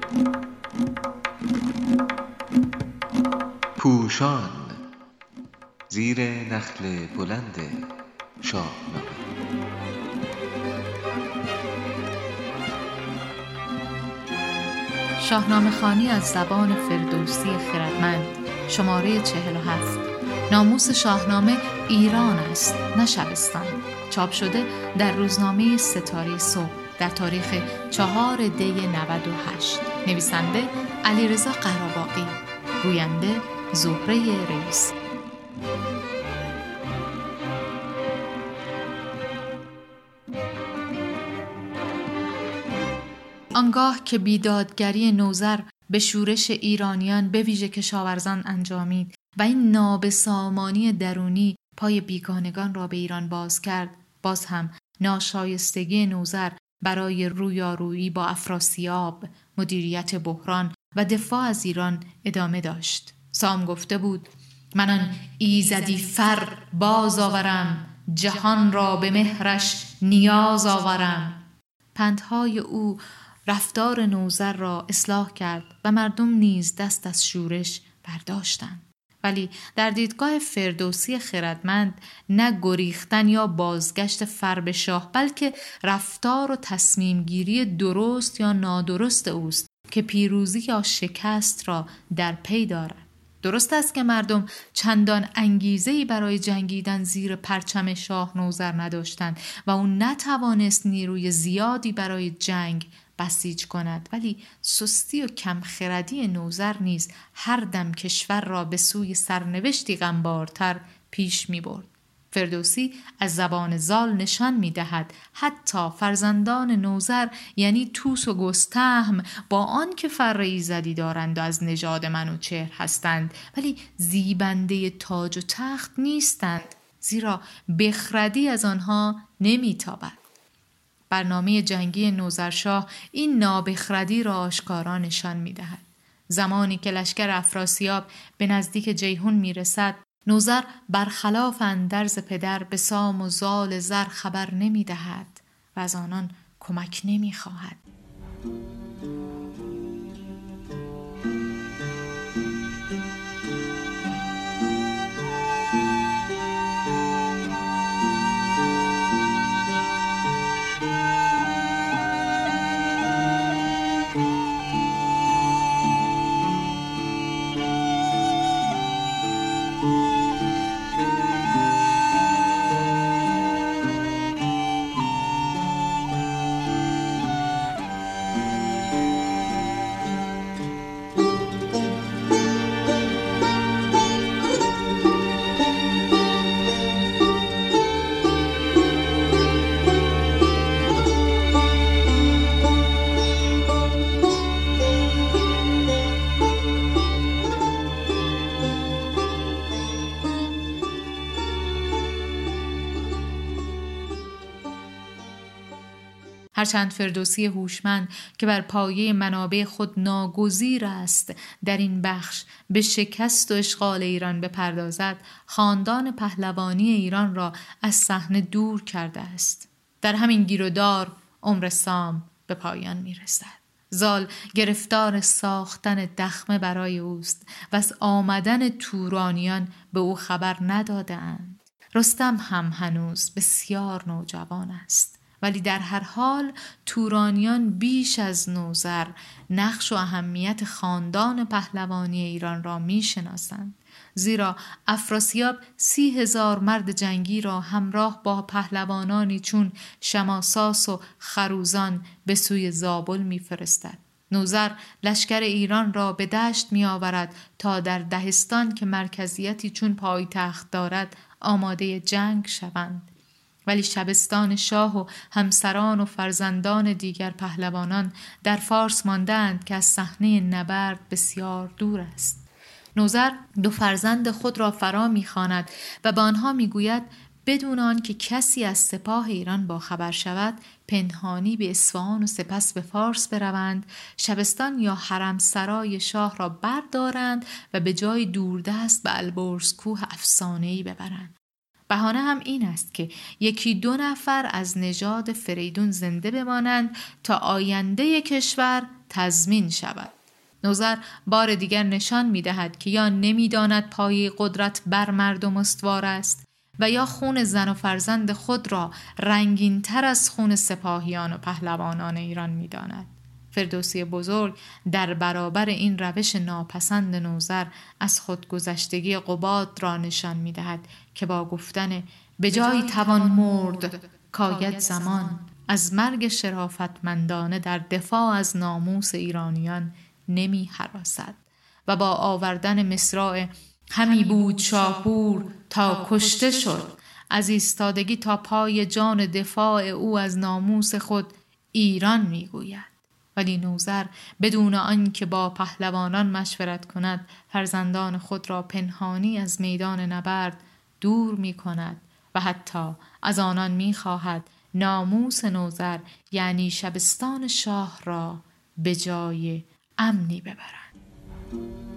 پوشان زیر نخل بلند شاهنامه. شاهنامه خوانی از زبان فردوسی خردمند، شماره 47. ناموس شاهنامه ایران است نه شبستان. چاپ شده در روزنامه ستاره صبح در تاریخ 4 دی 98. نویسنده علیرضا قراباغی، گوینده زهره رئیس. آنگاه که بیدادگری نوذر به شورش ایرانیان به ویژه کشاورزان انجامید و این نابسامانی درونی پای بیگانگان را به ایران باز کرد، باز هم ناشایستگی نوذر برای رویارویی با افراسیاب، مدیریت بحران و دفاع از ایران ادامه داشت. سام گفته بود: من آن ایزدی فر باز آورم، جهان را به مهرش نیاز آورم. پندهای او رفتار نوذر را اصلاح کرد و مردم نیز دست از شورش برداشتند. ولی در دیدگاه فردوسی خردمند نه گریختن یا بازگشت فر به شاه، بلکه رفتار و تصمیم گیری درست یا نادرست اوست که پیروزی یا شکست را در پی دارد. درست است که مردم چندان انگیزه‌ای برای جنگیدن زیر پرچم شاه نوذر نداشتند و او نتوانست نیروی زیادی برای جنگ بسیج کند، ولی سستی و کمخردی نوذر نیز هر دم کشور را به سوی سرنوشتی غمبارتر پیش می برد. فردوسی از زبان زال نشان می دهد حتی فرزندان نوذر یعنی توس و گستهم با آن که فر ایزدی دارند و از نژاد منوچهر هستند، ولی زیبنده تاج و تخت نیستند، زیرا بخردی از آنها نمی تابد. برنامه جنگی نوذرشاه این نابخردی را آشکارا نشان می دهد. زمانی که لشکر افراسیاب به نزدیک جیحون می رسد، نوذر برخلاف اندرز پدر به سام و زال زر خبر نمی دهد و از آنان کمک نمی خواهد. هرچند فردوسی هوشمند که بر پایه منابع خود ناگزیر است در این بخش به شکست و اشغال ایران بپردازد، خاندان پهلوانی ایران را از صحنه دور کرده است. در همین گیرودار عمر سام به پایان می رسد. زال گرفتار ساختن دخمه برای اوست و از آمدن تورانیان به او خبر ندادند. رستم هم هنوز بسیار نوجوان است، ولی در هر حال تورانیان بیش از نوذر نقش و اهمیت خاندان پهلوانی ایران را می شناسند، زیرا افراسیاب 30,000 مرد جنگی را همراه با پهلوانانی چون شماساس و خروزان به سوی زابل می فرستد. نوذر لشکر ایران را به دشت می آورد تا در دهستان که مرکزیتی چون پایتخت دارد آماده جنگ شوند. ولی شبستان شاه و همسران و فرزندان دیگر پهلوانان در فارس ماندند که از صحنه نبرد بسیار دور است. نوذر 2 فرزند خود را فرا می‌خواند و به آنها می‌گوید بدون آن که کسی از سپاه ایران با خبر شود، پنهانی به اصفهان و سپس به فارس بروند، شبستان یا حرم سرای شاه را بردارند و به جای دوردست به البرز کوه افسانه‌ای ببرند. بهانه هم این است که 1-2 نفر از نژاد فریدون زنده بمانند تا آینده کشور تضمین شود. نوذر بار دیگر نشان می‌دهد که یا نمی‌داند پایه قدرت بر مردم استوار است و یا خون زن و فرزند خود را رنگین‌تر از خون سپاهیان و پهلوانان ایران می‌داند. فردوسی بزرگ در برابر این روش ناپسند نوذر از خودگذشتگی قباد را نشان می‌دهد که با گفتن به جای توان مرد کاید زمان، از مرگ شرافتمندانه در دفاع از ناموس ایرانیان نمی هراسد و با آوردن مصرع همی بود شاپور تا کشته شد، از ایستادگی تا پای جان دفاع او از ناموس خود ایران می گوید. ولی نوذر بدون آن که با پهلوانان مشورت کند فرزندان خود را پنهانی از میدان نبرد دور می کند و حتی از آنان می خواهد ناموس نوذر یعنی شبستان شاه را به جای امنی ببرند.